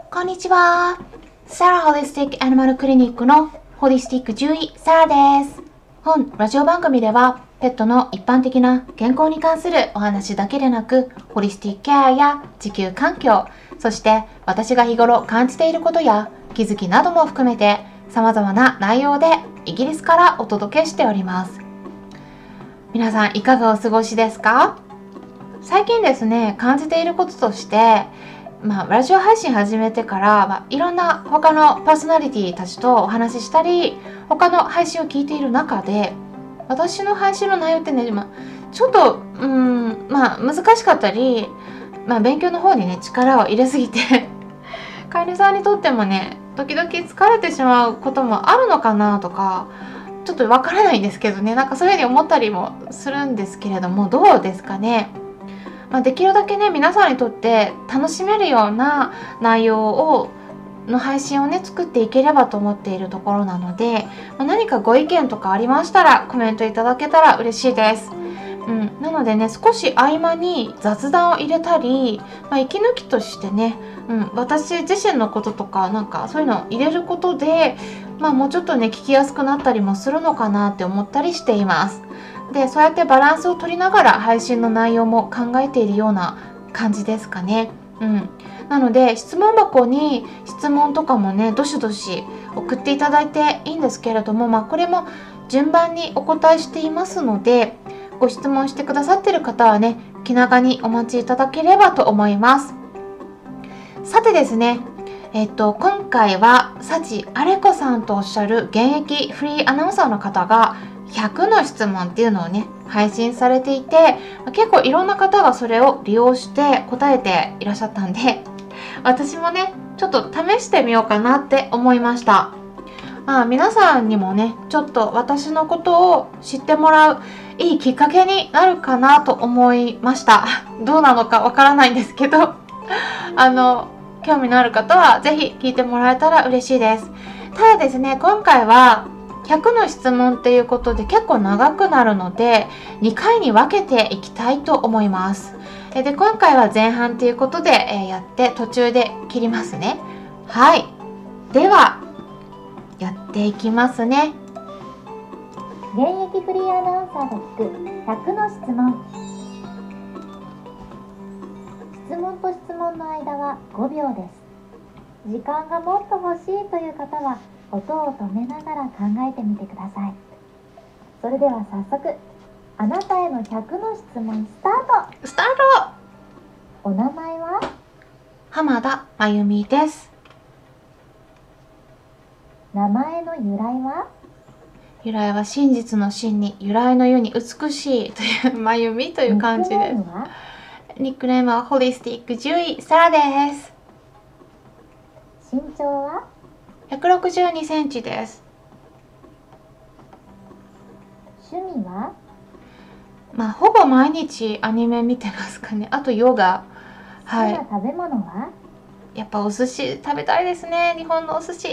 こんにちは。サラホリスティックアニマルクリニックのホリスティック獣医サラです。本ラジオ番組ではペットの一般的な健康に関するお話だけでなく、ホリスティックケアや地球環境、そして私が日頃感じていることや気づきなども含めて様々な内容でイギリスからお届けしております。皆さんいかがお過ごしですか？最近ですね、感じていることとしてラジオ配信始めてから、いろんな他のパーソナリティたちとお話ししたり、他の配信を聞いている中で、私の配信の内容ってね、ちょっと難しかったり、勉強の方にね力を入れすぎて飼い主さんにとってもね、時々疲れてしまうこともあるのかなとか、ちょっとわからないんですけどね、そういうふうに思ったりもするんですけれども、どうですかね。できるだけね、皆さんにとって楽しめるような内容の配信をね作っていければと思っているところなので、何かご意見とかありましたらコメントいただけたら嬉しいです。なのでね、少し合間に雑談を入れたり、息抜きとしてね、私自身のこととかそういうのを入れることで、もうちょっとね聞きやすくなったりもするのかなって思ったりしています。で、そうやってバランスを取りながら配信の内容も考えているような感じですかね。なので質問箱に質問とかもねどしどし送っていただいていいんですけれども、これも順番にお答えしていますので、ご質問してくださっている方はね気長にお待ちいただければと思います。さてですね、今回は幸あれ子さんとおっしゃる現役フリーアナウンサーの方が100の質問っていうのをね配信されていて、結構いろんな方がそれを利用して答えていらっしゃったんで、私もねちょっと試してみようかなって思いました。皆さんにもねちょっと私のことを知ってもらういいきっかけになるかなと思いました。どうなのかわからないんですけど興味のある方はぜひ聞いてもらえたら嬉しいです。ただですね、今回は100の質問っていうことで結構長くなるので2回に分けていきたいと思います。で、今回は前半ということでやって途中で切りますね。はい、ではやっていきますね。 現役フリーアナウンサーが聞く100の質問。質問と質問の間は5秒です。時間がもっと欲しいという方は音を止めながら考えてみてください。それでは早速、あなたへの100の質問スタート。お名前は？ 浜田真由美です。 名前の由来は？ 由来は真実の真に由来のように美しいという真由美という感じです。ニックネームはホリスティック獣医サラです。 身長は 162センチです。 趣味は？ ほぼ毎日アニメ見てますかね。あとヨガ。 好きな食べ物は？ やっぱお寿司食べたいですね。日本のお寿司。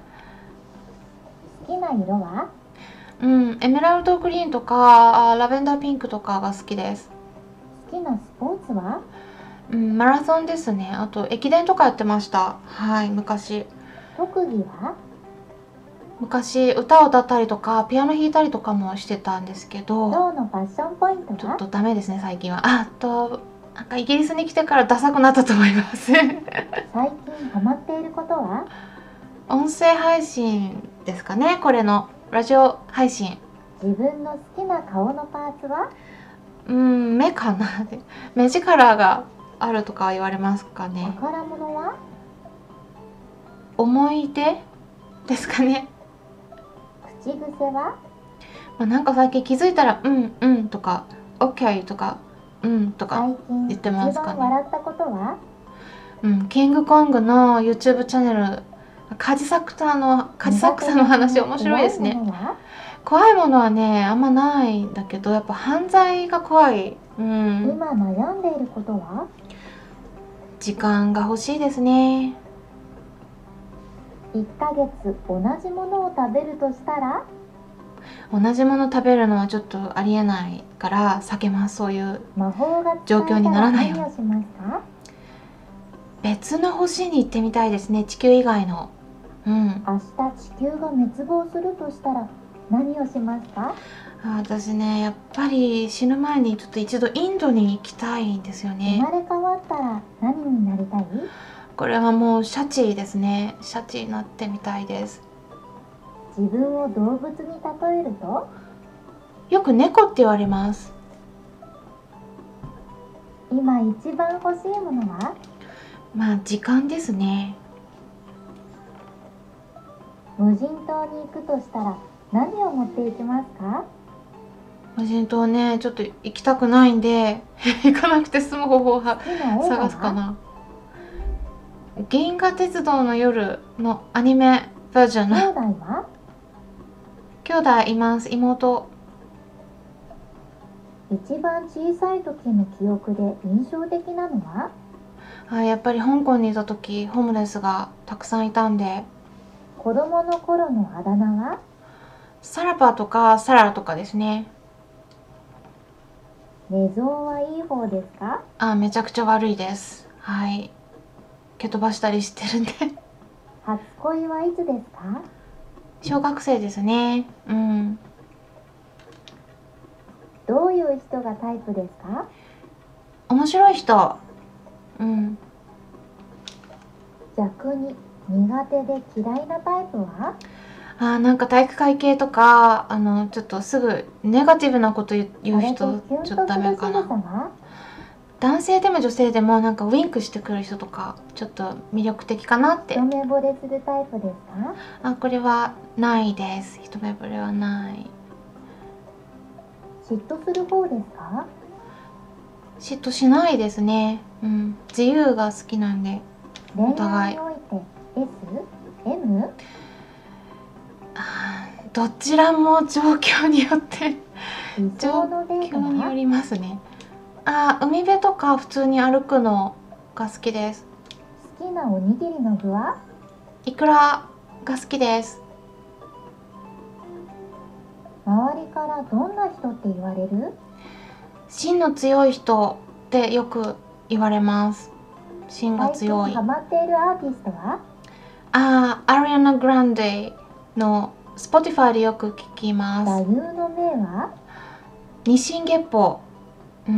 好きな色は？ エメラルドグリーンとかラベンダーピンクとかが好きです。 好きなスポーツは？ マラソンですね。あと駅伝とかやってました。昔。 特技は？ 昔歌を歌ったりとかピアノ弾いたりとかもしてたんですけど、 今日のファッションポイントは？ ちょっとダメですね最近は。イギリスに来てからダサくなったと思います最近ハマっていることは？ 音声配信ですかね。これのラジオ配信。 自分の好きな顔のパーツは？ 目かな。目力があるとか言われますかね。 宝物は？ 思い出ですかね。 口癖は？ 最近気づいたらとか OK とかとか言ってますかね。 最近一番笑ったことは？ キングコングの YouTube チャンネル、カジサックさんの話面白いですね。怖いものはねあんまないんだけど、やっぱ犯罪が怖い。 今悩んでいることは？ 時間が欲しいですね。 1ヶ月同じものを食べるとしたら？ 同じもの食べるのはちょっとありえないから避けます。そういう魔法が状況にならないように。 何をしますか？ ベ別の星に行ってみたいですね、地球以外の。 明日地球が滅亡するとしたら何をしますか？ 私ね、やっぱり死ぬ前にちょっと一度インドに行きたいんですよ生ね。 まれ変わったら何になりたい？ これはもうシャチですね。シャチになってみたいです。 自分を動物に例えると？ よく猫って言われます。 今一番欲しいものは？ 時間ですね。 無人島に行くとしたら何を持っていきますか？ 無人島ね、ちょっと行きたくないんで行かなくて済む方法を探すかな。銀河鉄道の夜のアニメバージョンの。 兄弟は？ 兄弟います。妹。 一番小さい時の記憶で印象的なのは？ やっぱり香港にいた時ホームレスがたくさんいたんで。 子供の頃のあだ名は？ サラパとかサラとかですね。 寝相はいい方ですか？ めちゃくちゃ悪いです。はい。蹴飛ばしたりしてるんで初恋はいつですか？ 小学生ですね。 どういう人がタイプですか？ 面白い人。 逆に苦手で嫌いなタイプは？ なんか体育会系とかちょっとすぐネガティブなこと言う人ちょっとダメかな。男性でも女性でもなんかウインクしてくる人とかちょっと魅力的かなって。 一目惚れするタイプですか？ これはないです。一目惚れはない。 嫉妬する方ですか？ 嫉妬しないですね。自由が好きなんで。お互い恋愛において S、M？ どちらも状況によって理想のデート状況によは？ りますね。海辺とか普通に歩くのが好きです。 好きなおにぎりの具は？ イクラが好きです。 周りからどんな人って言われる？ 芯の強い人ってよく言われます。芯が強い。 最近ハマっているアーティストは？ アリアナ・グランデの Spotify でよく聞きます。 座右の銘は？ 日進月歩。 ペ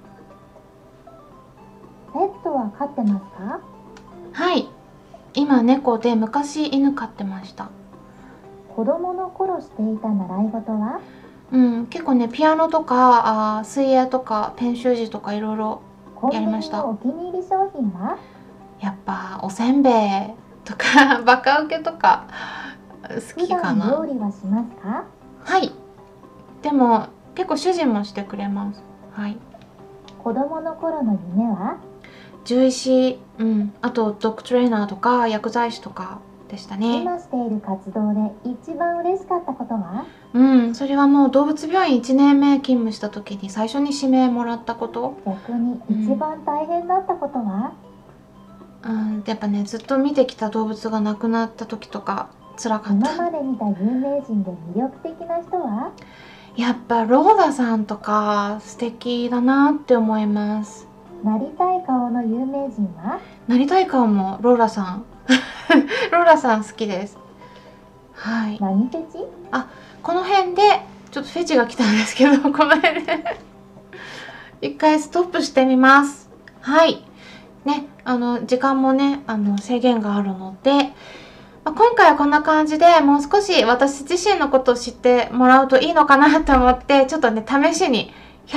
ットは飼ってますか？ はい。今猫で昔犬飼ってました。 子供の頃していた習い事は？ 結構ね、ピアノとか水泳とかペン習字とかいろいろやりました。 コンビニのお気に入り商品は？ やっぱおせんべいとかバカウケとか好きかな。 普段料理はしますか？ はい。でも結構主人もしてくれます。はい。 子供の頃の夢は？ 獣医師、あとドッグトレーナーとか薬剤師とかでしたね。 今している活動で一番嬉しかったことは？ それはもう動物病院1年目勤務した時に最初に指名もらったこと。 逆に一番大変だったことは？ やっぱね、ずっと見てきた動物が亡くなった時とか辛かっ今た。 まで見た有名人で魅力的な人は？ やっぱローラさんとか素敵だなって思います。 なりたい顔の有名人は？ なりたい顔もローラさんローラさん好きです。はい。 何フェチ？ この辺でちょっとフェチが来たんですけどこの辺で一回ストップしてみます。はい。ね、時間もね、制限があるので、今回はこんな感じでもう少し私自身のことを知ってもらうといいのかなと思って、ちょっとね、試しに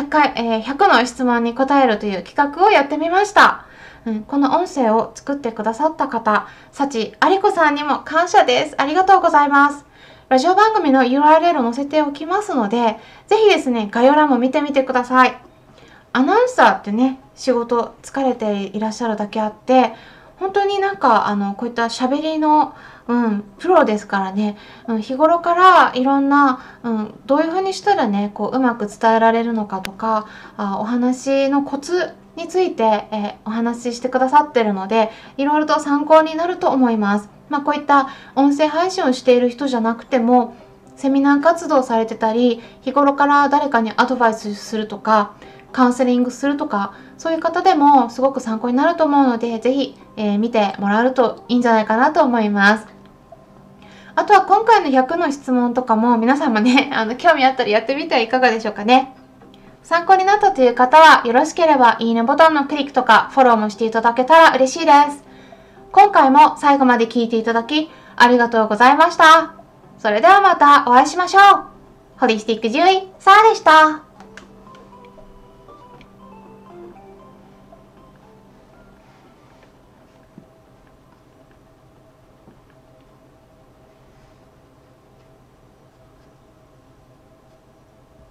100の質問に答えるという企画をやってみました。この音声を作ってくださった方、幸ありこさんにも感謝です。ありがとうございます。ラジオ番組の URL を載せておきますので、ぜひですね、概要欄も見てみてください。アナウンサーってね、仕事疲れていらっしゃるだけあって、本当になんかこういった喋りの、プロですからね、日頃からいろんな、どういう風にしたらね、こううまく伝えられるのかとか、お話のコツについて、お話ししてくださってるので、いろいろと参考になると思います。こういった音声配信をしている人じゃなくても、セミナー活動されてたり、日頃から誰かにアドバイスするとか、 カウンセリングするとか、そういう方でもすごく参考になると思うので、ぜひ、見てもらえるといいんじゃないかなと思います。あとは今回の100の質問とかも皆さんもね、興味あったらやってみてはいかがでしょうかね。参考になったという方は、よろしければいいねボタンのクリックとかフォローもしていただけたら嬉しいです。今回も最後まで聞いていただきありがとうございました。それではまたお会いしましょう。ホリスティック獣医、サラでした。